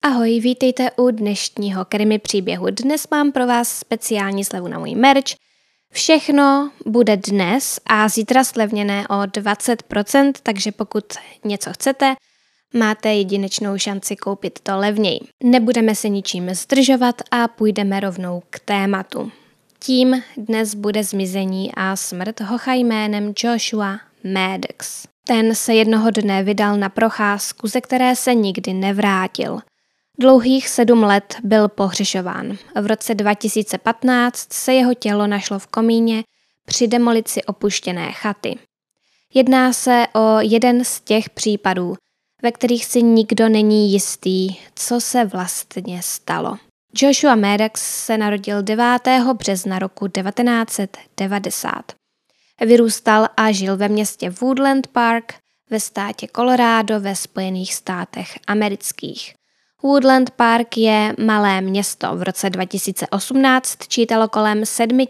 Ahoj, vítejte u dnešního krimi příběhu. Dnes mám pro vás speciální slevu na můj merch. Všechno bude dnes a zítra slevněné o 20%, takže pokud něco chcete, máte jedinečnou šanci koupit to levněji. Nebudeme se ničím zdržovat a půjdeme rovnou k tématu. Tím dnes bude zmizení a smrt hocha jménem Joshua Maddox. Ten se jednoho dne vydal na procházku, ze které se nikdy nevrátil. Dlouhých 7 let byl pohřešován. V roce 2015 se jeho tělo našlo v komíně při demolici opuštěné chaty. Jedná se o jeden z těch případů, ve kterých si nikdo není jistý, co se vlastně stalo. Joshua Maddox se narodil 9. března roku 1990. Vyrůstal a žil ve městě Woodland Park ve státě Colorado ve Spojených státech amerických. Woodland Park je malé město. V roce 2018 čítalo kolem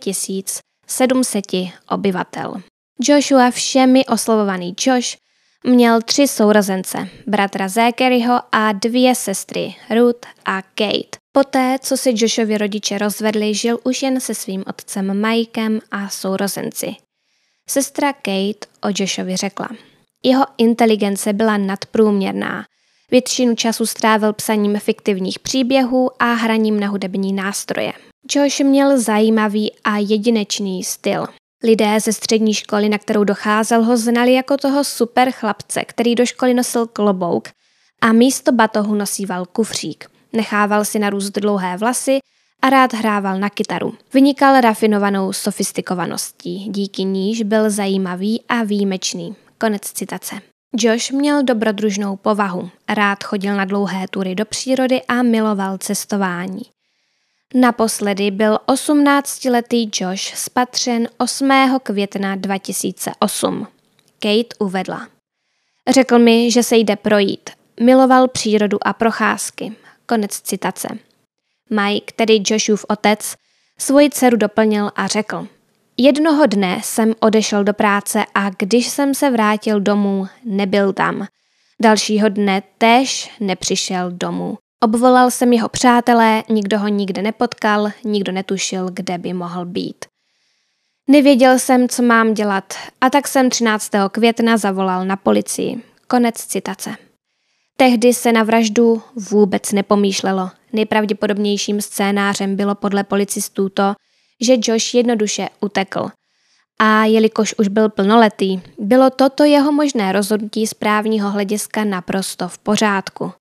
7700 obyvatel. Joshua, všemi oslovovaný Josh, měl 3 sourozence, bratra Zacharyho a 2 sestry, Ruth a Kate. Poté, co si Joshovi rodiče rozvedli, žil už jen se svým otcem Mikem a sourozenci. Sestra Kate o Joshovi řekla: jeho inteligence byla nadprůměrná. Většinu času strávil psaním fiktivních příběhů a hraním na hudební nástroje. Josh měl zajímavý a jedinečný styl. Lidé ze střední školy, na kterou docházel, ho znali jako toho super chlapce, který do školy nosil klobouk a místo batohu nosíval kufřík. Nechával si narůst dlouhé vlasy a rád hrával na kytaru. Vynikal rafinovanou sofistikovaností, díky níž byl zajímavý a výjimečný. Konec citace. Josh měl dobrodružnou povahu, rád chodil na dlouhé tury do přírody a miloval cestování. Naposledy byl 18letý Josh spatřen 8. května 2008. Kate uvedla: řekl mi, že se jde projít. Miloval přírodu a procházky. Konec citace. Mike, tedy Joshův otec, svoji dceru doplnil a řekl: jednoho dne jsem odešel do práce a když jsem se vrátil domů, nebyl tam. Dalšího dne též nepřišel domů. Obvolal jsem jeho přátelé, nikdo ho nikde nepotkal, nikdo netušil, kde by mohl být. Nevěděl jsem, co mám dělat, a tak jsem 13. května zavolal na policii. Konec citace. Tehdy se na vraždu vůbec nepomýšlelo. Nejpravděpodobnějším scénářem bylo podle policistů to, že Josh jednoduše utekl. A jelikož už byl plnoletý, bylo toto jeho možné rozhodnutí z právního hlediska naprosto v pořádku.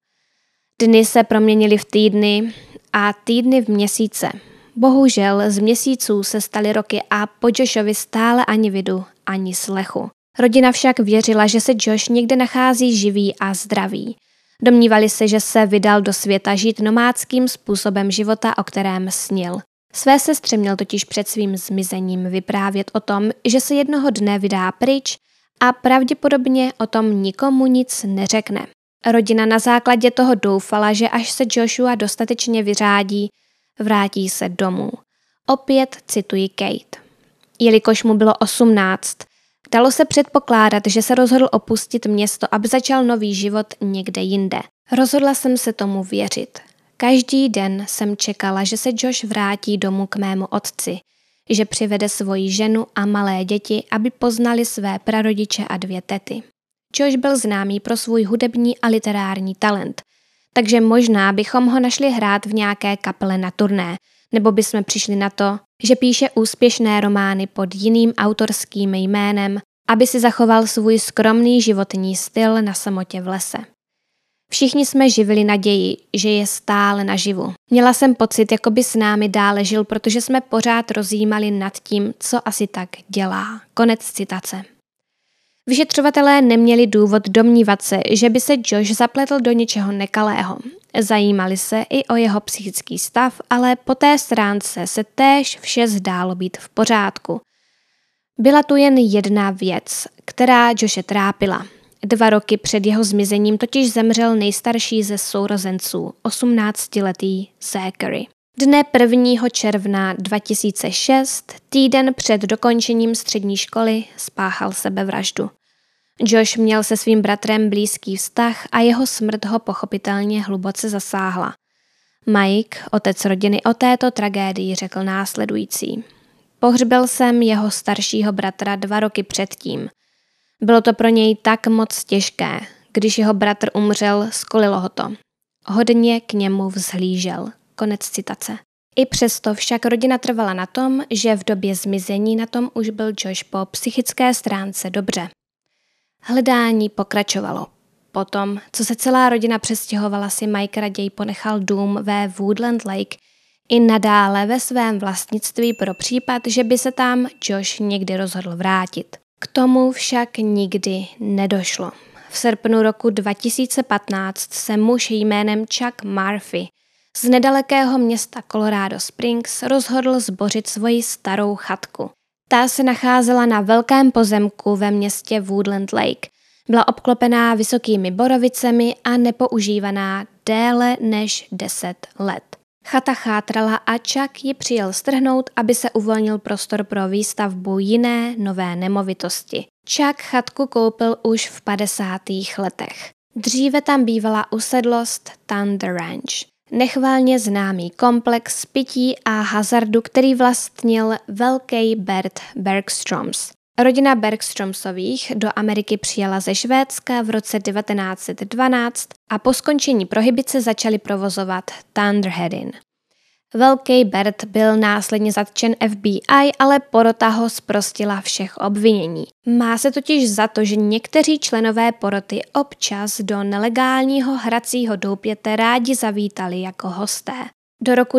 Dny se proměnily v týdny a týdny v měsíce. Bohužel z měsíců se staly roky a po Joshovi stále ani vidu, ani slechu. Rodina však věřila, že se Josh někde nachází živý a zdravý. Domnívali se, že se vydal do světa žít nomádským způsobem života, o kterém snil. Své sestře měl totiž před svým zmizením vyprávět o tom, že se jednoho dne vydá pryč a pravděpodobně o tom nikomu nic neřekne. Rodina na základě toho doufala, že až se Joshua dostatečně vyřádí, vrátí se domů. Opět cituji Kate. Jelikož mu bylo 18, dalo se předpokládat, že se rozhodl opustit město, aby začal nový život někde jinde. Rozhodla jsem se tomu věřit. Každý den jsem čekala, že se Josh vrátí domů k mému otci, že přivede svoji ženu a malé děti, aby poznali své prarodiče a 2 tety. Josh byl známý pro svůj hudební a literární talent, takže možná bychom ho našli hrát v nějaké kapele na turné, nebo bychom přišli na to, že píše úspěšné romány pod jiným autorským jménem, aby si zachoval svůj skromný životní styl na samotě v lese. Všichni jsme živili naději, že je stále naživu. Měla jsem pocit, jako by s námi dále žil, protože jsme pořád rozjímali nad tím, co asi tak dělá. Konec citace. Vyšetřovatelé neměli důvod domnívat se, že by se Josh zapletl do něčeho nekalého. Zajímali se i o jeho psychický stav, ale po té stránce se též vše zdálo být v pořádku. Byla tu jen jedna věc, která Joshe trápila. 2 roky před jeho zmizením totiž zemřel nejstarší ze sourozenců, 18letý Zachary. Dne 1. června 2006, týden před dokončením střední školy, spáchal sebevraždu. Josh měl se svým bratrem blízký vztah a jeho smrt ho pochopitelně hluboce zasáhla. Mike, otec rodiny, o této tragédii řekl následující. Pohřbil jsem jeho staršího bratra 2 roky předtím. Bylo to pro něj tak moc těžké. Když jeho bratr umřel, skolilo ho to. Hodně k němu vzhlížel. Konec citace. I přesto však rodina trvala na tom, že v době zmizení na tom už byl Josh po psychické stránce dobře. Hledání pokračovalo. Potom, co se celá rodina přestěhovala, si Mike raději ponechal dům ve Woodland Lake i nadále ve svém vlastnictví pro případ, že by se tam Josh někdy rozhodl vrátit. K tomu však nikdy nedošlo. V srpnu roku 2015 se muž jménem Chuck Murphy z nedalekého města Colorado Springs rozhodl zbořit svoji starou chatku. Ta se nacházela na velkém pozemku ve městě Woodland Lake. Byla obklopená vysokými borovicemi a nepoužívaná déle než 10 let. Chata chátrala a Chuck ji přijel strhnout, aby se uvolnil prostor pro výstavbu jiné nové nemovitosti. Chuck chatku koupil už v 50. letech. Dříve tam bývala usedlost Thunder Ranch, nechvalně známý komplex pití a hazardu, který vlastnil velký Bert Bergstroms. Rodina Bergstromsových do Ameriky přijela ze Švédska v roce 1912 a po skončení prohibice začali provozovat Thunder Headin. Velký Bert byl následně zatčen FBI, ale porota ho zprostila všech obvinění. Má se totiž za to, že někteří členové poroty občas do nelegálního hracího doupěte rádi zavítali jako hosté. Do roku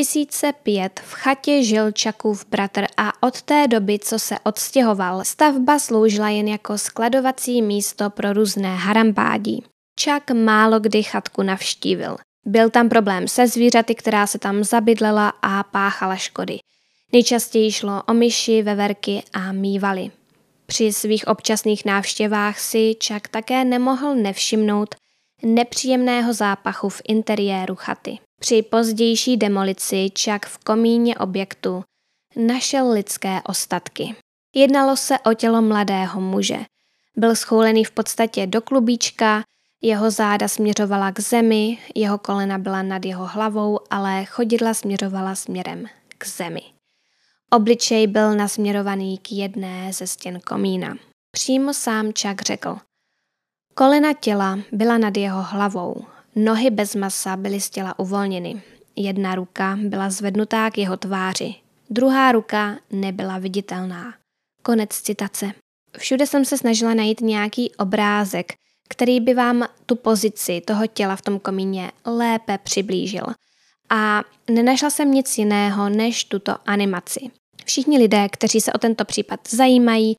2005 v chatě žil Chuckův bratr a od té doby, co se odstěhoval, stavba sloužila jen jako skladovací místo pro různé harambádí. Chuck málo kdy chatku navštívil. Byl tam problém se zvířaty, která se tam zabydlela a páchala škody. Nejčastěji šlo o myši, veverky a mývaly. Při svých občasných návštěvách si Chuck také nemohl nevšimnout nepříjemného zápachu v interiéru chaty. Při pozdější demolici Chuck v komíně objektu našel lidské ostatky. Jednalo se o tělo mladého muže. Byl schoulený v podstatě do klubíčka, jeho záda směřovala k zemi, jeho kolena byla nad jeho hlavou, ale chodidla směřovala směrem k zemi. Obličej byl nasměrovaný k jedné ze stěn komína. Přímo sám Chuck řekl. Kolena těla byla nad jeho hlavou, nohy bez masa byly z těla uvolněny. Jedna ruka byla zvednutá k jeho tváři, druhá ruka nebyla viditelná. Konec citace. Všude jsem se snažila najít nějaký obrázek, který by vám tu pozici toho těla v tom komíně lépe přiblížil. A nenašla jsem nic jiného než tuto animaci. Všichni lidé, kteří se o tento případ zajímají,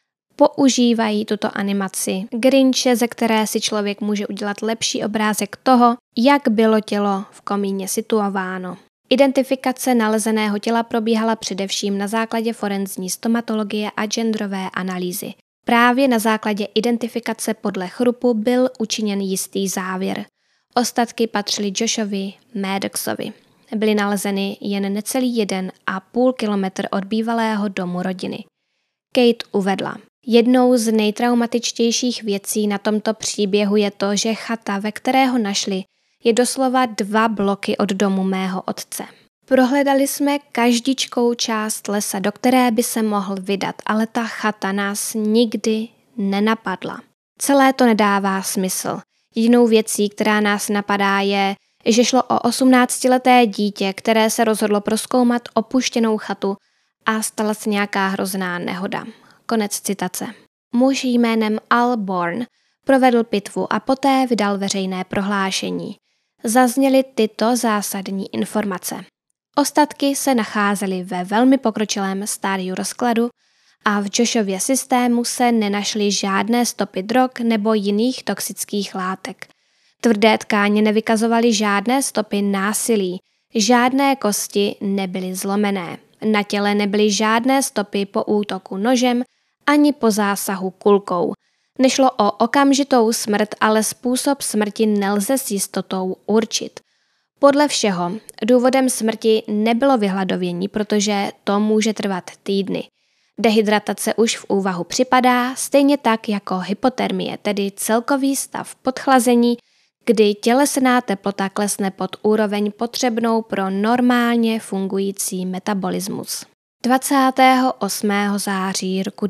používají tuto animaci Grinche, ze které si člověk může udělat lepší obrázek toho, jak bylo tělo v komíně situováno. Identifikace nalezeného těla probíhala především na základě forenzní stomatologie a genderové analýzy. Právě na základě identifikace podle chrupu byl učiněn jistý závěr. Ostatky patřily Joshovi Maddoxovi. Byly nalezeny jen necelý 1,5 kilometr od bývalého domu rodiny. Kate uvedla. Jednou z nejtraumatičtějších věcí na tomto příběhu je to, že chata, ve které ho našli, je doslova 2 bloky od domu mého otce. Prohledali jsme každičkou část lesa, do které by se mohl vydat, ale ta chata nás nikdy nenapadla. Celé to nedává smysl. Jedinou věcí, která nás napadá, je, že šlo o 18leté dítě, které se rozhodlo prozkoumat opuštěnou chatu a stala se nějaká hrozná nehoda. Konec citace. Muž jménem Al Born provedl pitvu a poté vydal veřejné prohlášení. Zazněly tyto zásadní informace. Ostatky se nacházely ve velmi pokročilém stádiu rozkladu a v Joshově systému se nenašly žádné stopy drog nebo jiných toxických látek. Tvrdé tkáně nevykazovaly žádné stopy násilí, žádné kosti nebyly zlomené. Na těle nebyly žádné stopy po útoku nožem ani po zásahu kulkou. Nešlo o okamžitou smrt, ale způsob smrti nelze s jistotou určit. Podle všeho důvodem smrti nebylo vyhladovění, protože to může trvat týdny. Dehydratace už v úvahu připadá, stejně tak jako hypotermie, tedy celkový stav podchlazení, kdy tělesná teplota klesne pod úroveň potřebnou pro normálně fungující metabolismus. 28. září roku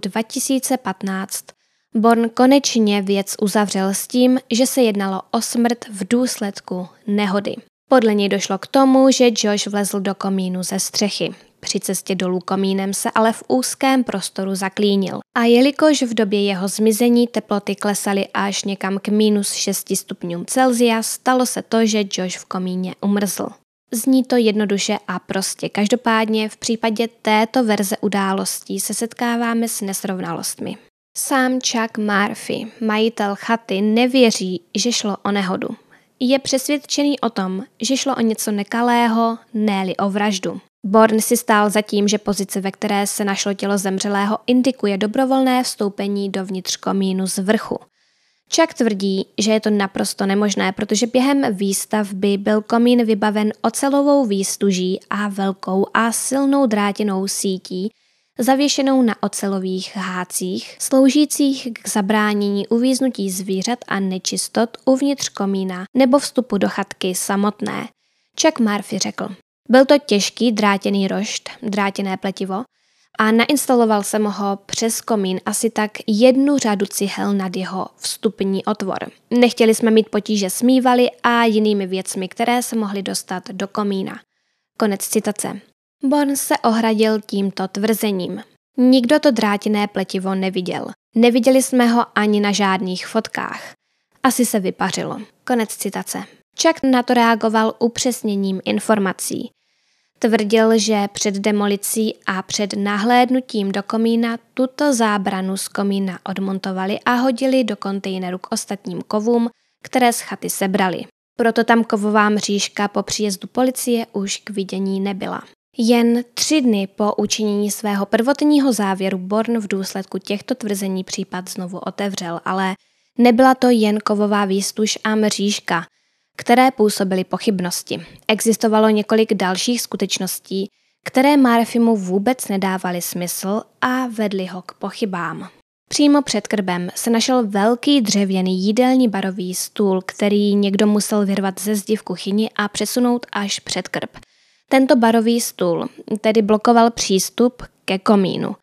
2015 Bourne konečně věc uzavřel s tím, že se jednalo o smrt v důsledku nehody. Podle něj došlo k tomu, že Josh vlezl do komínu ze střechy. Při cestě dolů komínem se ale v úzkém prostoru zaklínil. A jelikož v době jeho zmizení teploty klesaly až někam k -6 stupňům Celsia, stalo se to, že Josh v komíně umrzl. Zní to jednoduše a prostě. Každopádně v případě této verze událostí se setkáváme s nesrovnalostmi. Sám Chuck Murphy, majitel chaty, nevěří, že šlo o nehodu. Je přesvědčený o tom, že šlo o něco nekalého, ne-li o vraždu. Bourne si stál za tím, že pozice, ve které se našlo tělo zemřelého, indikuje dobrovolné vstoupení dovnitř komínu z vrchu. Chuck tvrdí, že je to naprosto nemožné, protože během výstavby byl komín vybaven ocelovou výstuží a velkou a silnou drátěnou sítí, zavěšenou na ocelových hácích, sloužících k zabránění uvíznutí zvířat a nečistot uvnitř komína nebo vstupu do chatky samotné. Chuck Murphy řekl: byl to těžký drátěný rošt, drátěné pletivo, a nainstaloval jsem ho přes komín asi tak 1 řadu cihel nad jeho vstupní otvor. Nechtěli jsme mít potíže s mývaly a jinými věcmi, které se mohly dostat do komína. Konec citace. Bourne se ohradil tímto tvrzením. Nikdo to drátěné pletivo neviděl. Neviděli jsme ho ani na žádných fotkách. Asi se vypařilo. Konec citace. Chuck na to reagoval upřesněním informací. Tvrdil, že před demolicí a před nahlédnutím do komína tuto zábranu z komína odmontovali a hodili do kontejneru k ostatním kovům, které z chaty sebrali. Proto tam kovová mřížka po příjezdu policie už k vidění nebyla. Jen 3 dny po učinění svého prvotního závěru Bourne v důsledku těchto tvrzení případ znovu otevřel, ale nebyla to jen kovová výstuž a mřížka, které působily pochybnosti. Existovalo několik dalších skutečností, které Murphymu vůbec nedávaly smysl a vedly ho k pochybám. Přímo před krbem se našel velký dřevěný jídelní barový stůl, který někdo musel vyrvat ze zdi v kuchyni a přesunout až před krb. Tento barový stůl tedy blokoval přístup ke komínu.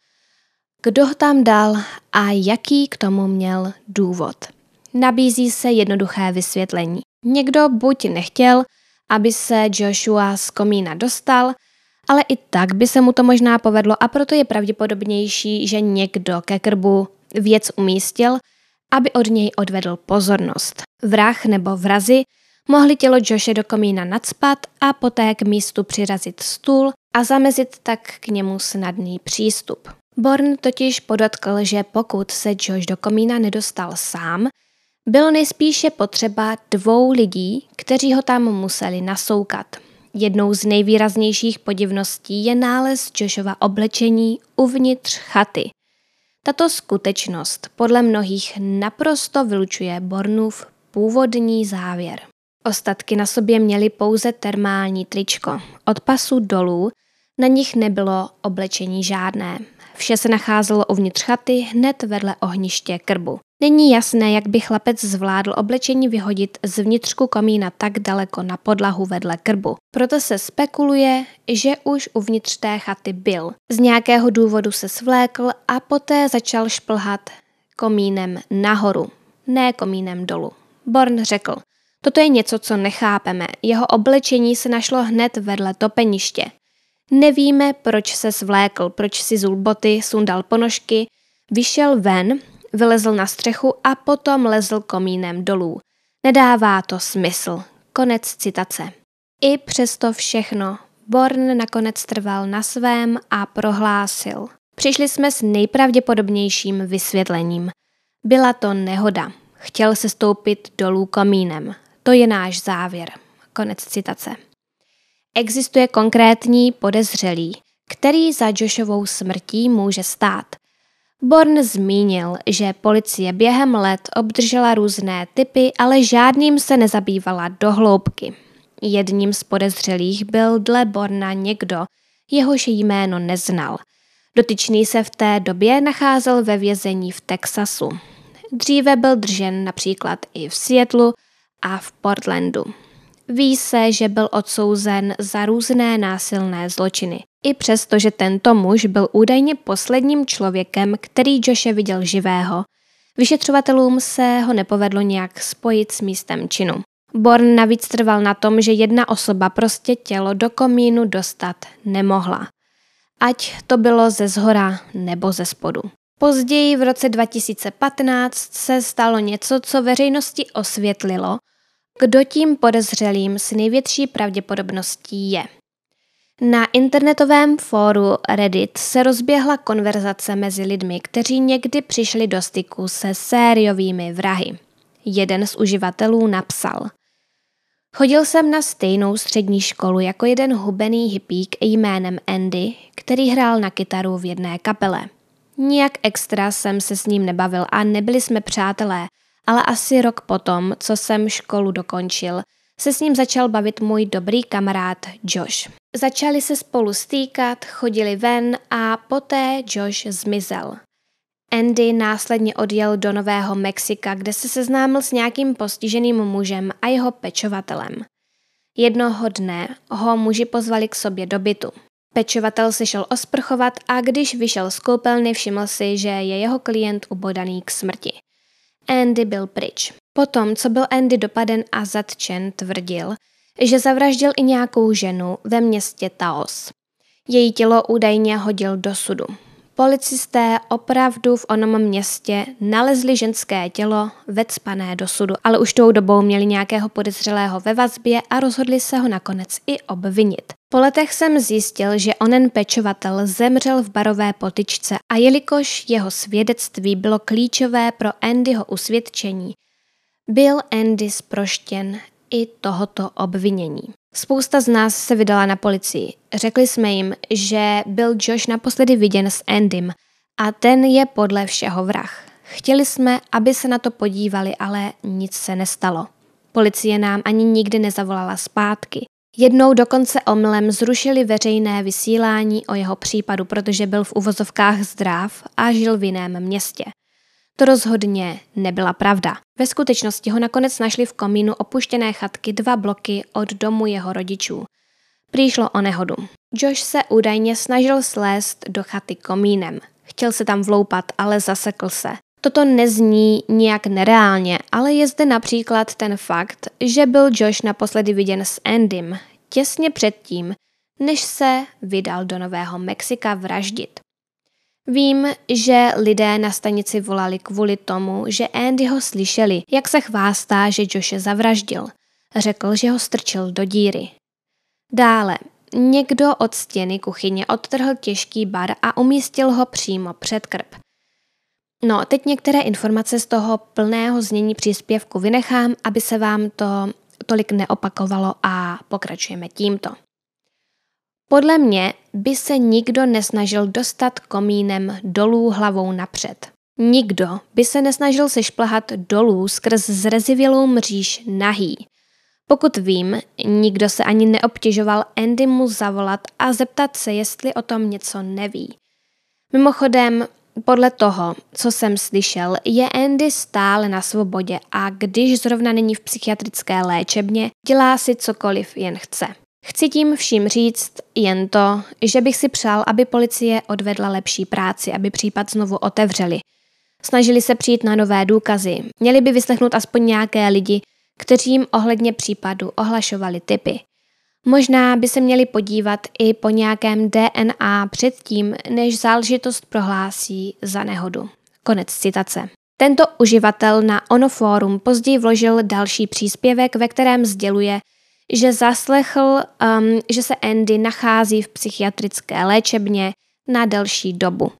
Kdo ho tam dal a jaký k tomu měl důvod? Nabízí se jednoduché vysvětlení. Někdo buď nechtěl, aby se Joshua z komína dostal, ale i tak by se mu to možná povedlo a proto je pravděpodobnější, že někdo ke krbu věc umístil, aby od něj odvedl pozornost. Vrah nebo vrazi mohli tělo Joshe do komína nacpat a poté k místu přirazit stůl a zamezit tak k němu snadný přístup. Bourne totiž podotkl, že pokud se Josh do komína nedostal sám, bylo nejspíše potřeba 2 lidí, kteří ho tam museli nasoukat. Jednou z nejvýraznějších podivností je nález Joshova oblečení uvnitř chaty. Tato skutečnost podle mnohých naprosto vylučuje Bournův původní závěr. Ostatky na sobě měly pouze termální tričko. Od pasu dolů na nich nebylo oblečení žádné. Vše se nacházelo uvnitř chaty hned vedle ohniště krbu. Není jasné, jak by chlapec zvládl oblečení vyhodit z vnitřku komína tak daleko na podlahu vedle krbu. Proto se spekuluje, že už uvnitř té chaty byl. Z nějakého důvodu se svlékl a poté začal šplhat komínem nahoru, ne komínem dolů. Bourne řekl: toto je něco, co nechápeme. Jeho oblečení se našlo hned vedle topeniště. Nevíme, proč se svlékl, proč si zul boty, sundal ponožky, vyšel ven, vylezl na střechu a potom lezl komínem dolů. Nedává to smysl. Konec citace. I přesto všechno Bourne nakonec trval na svém a prohlásil: přišli jsme s nejpravděpodobnějším vysvětlením. Byla to nehoda. Chtěl se stoupit dolů komínem. To je náš závěr. Konec citace. Existuje konkrétní podezřelý, který za Joshovou smrtí může stát. Bourne zmínil, že policie během let obdržela různé tipy, ale žádným se nezabývala do hloubky. Jedním z podezřelých byl dle Bourna někdo, jehož jméno neznal. Dotyčný se v té době nacházel ve vězení v Texasu. Dříve byl držen například i v Seattlu a v Portlandu. Ví se, že byl odsouzen za různé násilné zločiny. I přesto, že tento muž byl údajně posledním člověkem, který Joshe viděl živého, vyšetřovatelům se ho nepovedlo nějak spojit s místem činu. Bourne navíc trval na tom, že jedna osoba prostě tělo do komínu dostat nemohla. Ať to bylo ze zhora nebo ze spodu. Později v roce 2015 se stalo něco, co veřejnosti osvětlilo, kdo tím podezřelým s největší pravděpodobností je. Na internetovém fóru Reddit se rozběhla konverzace mezi lidmi, kteří někdy přišli do styku se sériovými vrahy. Jeden z uživatelů napsal: Chodil jsem na stejnou střední školu jako jeden hubený hippík jménem Andy, který hrál na kytaru v jedné kapele. Nijak extra jsem se s ním nebavil a nebyli jsme přátelé, ale asi rok potom, co jsem školu dokončil, se s ním začal bavit můj dobrý kamarád Josh. Začali se spolu stýkat, chodili ven a poté Josh zmizel. Andy následně odjel do Nového Mexika, kde se seznámil s nějakým postiženým mužem a jeho pečovatelem. Jednoho dne ho muži pozvali k sobě do bytu. Pečovatel se šel osprchovat a když vyšel z koupelny, všiml si, že je jeho klient ubodaný k smrti. Andy byl pryč. Potom, co byl Andy dopaden a zatčen, tvrdil, že zavraždil i nějakou ženu ve městě Taos. Její tělo údajně hodil do sudu. Policisté opravdu v onom městě nalezli ženské tělo vecpané do sudu, ale už tou dobou měli nějakého podezřelého ve vazbě a rozhodli se ho nakonec i obvinit. Po letech jsem zjistil, že onen pečovatel zemřel v barové potyčce a jelikož jeho svědectví bylo klíčové pro Andyho usvědčení, byl Andy zproštěn i tohoto obvinění. Spousta z nás se vydala na policii. Řekli jsme jim, že byl Josh naposledy viděn s Andym a ten je podle všeho vrah. Chtěli jsme, aby se na to podívali, ale nic se nestalo. Policie nám ani nikdy nezavolala zpátky. Jednou dokonce omylem zrušili veřejné vysílání o jeho případu, protože byl v uvozovkách zdrav a žil v jiném městě. To rozhodně nebyla pravda. Ve skutečnosti ho nakonec našli v komínu opuštěné chatky 2 bloky od domu jeho rodičů. Prý šlo o nehodu. Josh se údajně snažil slézt do chaty komínem. Chtěl se tam vloupat, ale zasekl se. Toto nezní nijak nereálně, ale je zde například ten fakt, že byl Josh naposledy viděn s Andym těsně předtím, než se vydal do Nového Mexika vraždit. Vím, že lidé na stanici volali kvůli tomu, že Andy ho slyšeli, jak se chvástá, že Joshe zavraždil. Řekl, že ho strčil do díry. Dále, někdo od stěny kuchyně odtrhl těžký bar a umístil ho přímo před krb. No, teď některé informace z toho plného znění příspěvku vynechám, aby se vám to tolik neopakovalo a pokračujeme tímto. Podle mě by se nikdo nesnažil dostat komínem dolů hlavou napřed. Nikdo by se nesnažil sešplhat dolů skrz zrezivělou mříž nahý. Pokud vím, nikdo se ani neobtěžoval Andymu zavolat a zeptat se, jestli o tom něco neví. Mimochodem, podle toho, co jsem slyšel, je Andy stále na svobodě a když zrovna není v psychiatrické léčebně, dělá si cokoliv jen chce. Chci tím vším říct jen to, že bych si přál, aby policie odvedla lepší práci, aby případ znovu otevřeli. Snažili se přijít na nové důkazy. Měli by vyslechnout aspoň nějaké lidi, kteří jim ohledně případu ohlašovali tipy. Možná by se měli podívat i po nějakém DNA předtím, než záležitost prohlásí za nehodu. Konec citace. Tento uživatel na ono fórum později vložil další příspěvek, ve kterém sděluje, že zaslechl, že se Andy nachází v psychiatrické léčebně na delší dobu.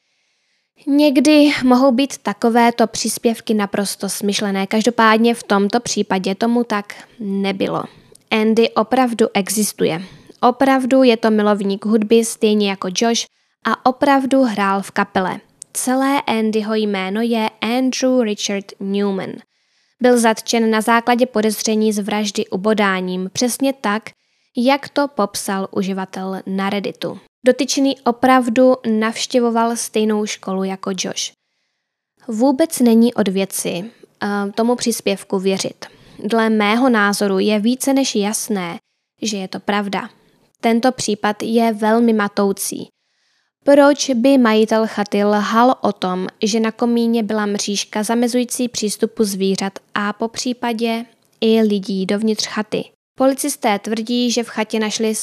Někdy mohou být takovéto příspěvky naprosto smyšlené, každopádně v tomto případě tomu tak nebylo. Andy opravdu existuje. Opravdu je to milovník hudby stejně jako Josh a opravdu hrál v kapele. Celé Andyho jméno je Andrew Richard Newman. Byl zatčen na základě podezření z vraždy ubodáním, přesně tak, jak to popsal uživatel na Redditu. Dotyčný opravdu navštěvoval stejnou školu jako Josh. Vůbec není od věci tomu příspěvku věřit. Dle mého názoru je více než jasné, že je to pravda. Tento případ je velmi matoucí. Proč by majitel chaty lhal o tom, že na komíně byla mřížka zamezující přístupu zvířat a po případě i lidí dovnitř chaty? Policisté tvrdí, že v chatě našli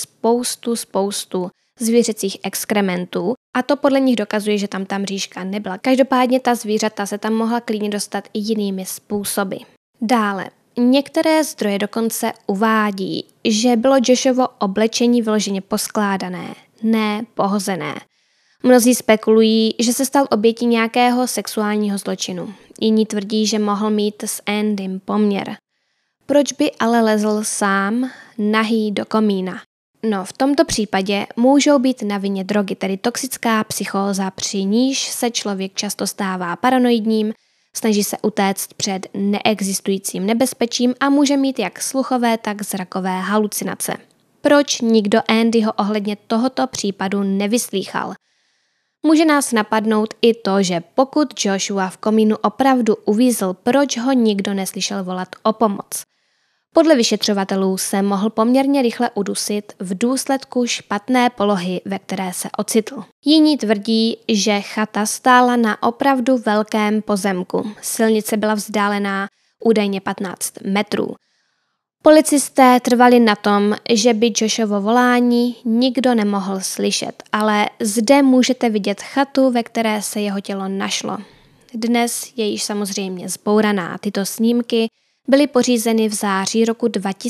spoustu zvířecích exkrementů a to podle nich dokazuje, že tam ta mřížka nebyla. Každopádně ta zvířata se tam mohla klidně dostat i jinými způsoby. Dále, některé zdroje dokonce uvádí, že bylo Joshovo oblečení vyloženě poskládané, ne pohozené. Mnozí spekulují, že se stal obětí nějakého sexuálního zločinu. Jiní tvrdí, že mohl mít s Andym poměr. Proč by ale lezl sám nahý do komína? No, v tomto případě můžou být na vině drogy, tedy toxická psychóza, při níž se člověk často stává paranoidním, snaží se utéct před neexistujícím nebezpečím a může mít jak sluchové, tak zrakové halucinace. Proč nikdo Andyho ohledně tohoto případu nevyslýchal? Může nás napadnout i to, že pokud Joshua v komínu opravdu uvízl, proč ho nikdo neslyšel volat o pomoc. Podle vyšetřovatelů se mohl poměrně rychle udusit v důsledku špatné polohy, ve které se ocitl. Jiní tvrdí, že chata stála na opravdu velkém pozemku. Silnice byla vzdálená údajně 15 metrů. Policisté trvali na tom, že by Joshovo volání nikdo nemohl slyšet, ale zde můžete vidět chatu, ve které se jeho tělo našlo. Dnes je již samozřejmě zbouraná. Tyto snímky byly pořízeny v září roku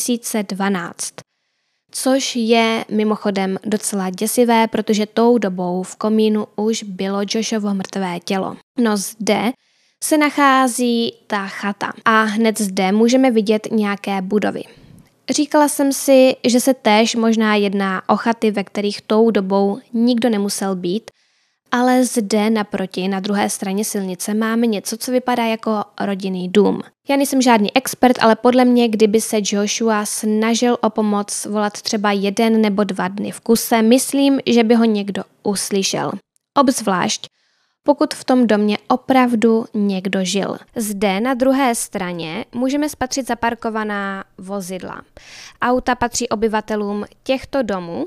2012, což je mimochodem docela děsivé, protože tou dobou v komínu už bylo Joshovo mrtvé tělo. No zde se nachází ta chata a hned zde můžeme vidět nějaké budovy. Říkala jsem si, že se též možná jedná o chaty, ve kterých tou dobou nikdo nemusel být, ale zde naproti, na druhé straně silnice, máme něco, co vypadá jako rodinný dům. Já nejsem žádný expert, ale podle mě, kdyby se Joshua snažil o pomoc volat třeba 1 nebo 2 dny v kuse, myslím, že by ho někdo uslyšel. Obzvlášť, pokud v tom domě opravdu někdo žil. Zde na druhé straně můžeme spatřit zaparkovaná vozidla. Auta patří obyvatelům těchto domů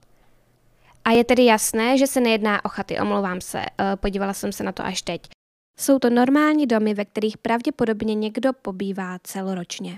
a je tedy jasné, že se nejedná o chaty, omlouvám se, podívala jsem se na to až teď. Jsou to normální domy, ve kterých pravděpodobně někdo pobývá celoročně.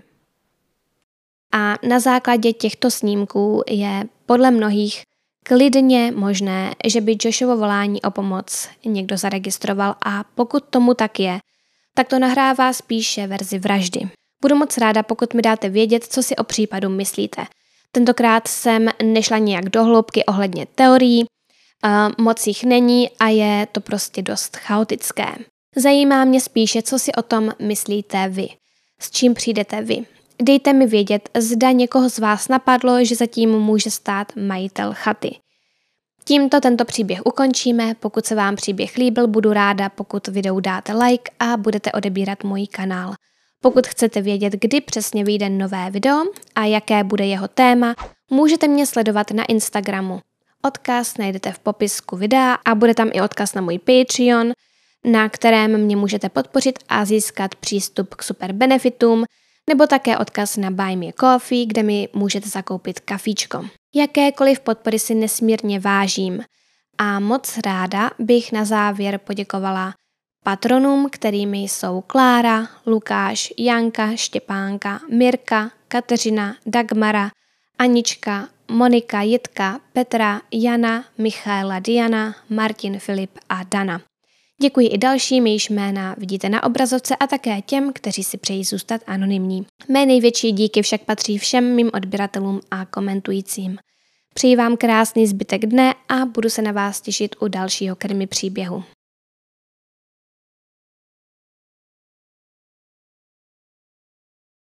A na základě těchto snímků je podle mnohých klidně možné, že by Joshovo volání o pomoc někdo zaregistroval a pokud tomu tak je, tak to nahrává spíše verzi vraždy. Budu moc ráda, pokud mi dáte vědět, co si o případu myslíte. Tentokrát jsem nešla nijak do hloubky ohledně teorií, moc jich není a je to prostě dost chaotické. Zajímá mě spíše, co si o tom myslíte vy. S čím přijdete vy. Dejte mi vědět, zda někoho z vás napadlo, že zatím může stát majitel chaty. Tímto tento příběh ukončíme. Pokud se vám příběh líbil, budu ráda, pokud videu dáte like a budete odebírat můj kanál. Pokud chcete vědět, kdy přesně vyjde nové video a jaké bude jeho téma, můžete mě sledovat na Instagramu. Odkaz najdete v popisku videa a bude tam i odkaz na můj Patreon, na kterém mě můžete podpořit a získat přístup k super benefitům, nebo také odkaz na Buy Me Coffee, kde mi můžete zakoupit kafíčko. Jakékoliv podpory si nesmírně vážím a moc ráda bych na závěr poděkovala patronům, kterými jsou Klára, Lukáš, Janka, Štěpánka, Mirka, Kateřina, Dagmara, Anička, Monika, Jitka, Petra, Jana, Michaela, Diana, Martin, Filip a Dana. Děkuji i dalším, jejichž jména vidíte na obrazovce a také těm, kteří si přejí zůstat anonymní. Mé největší díky však patří všem mým odběratelům a komentujícím. Přeji vám krásný zbytek dne a budu se na vás těšit u dalšího krimi příběhu.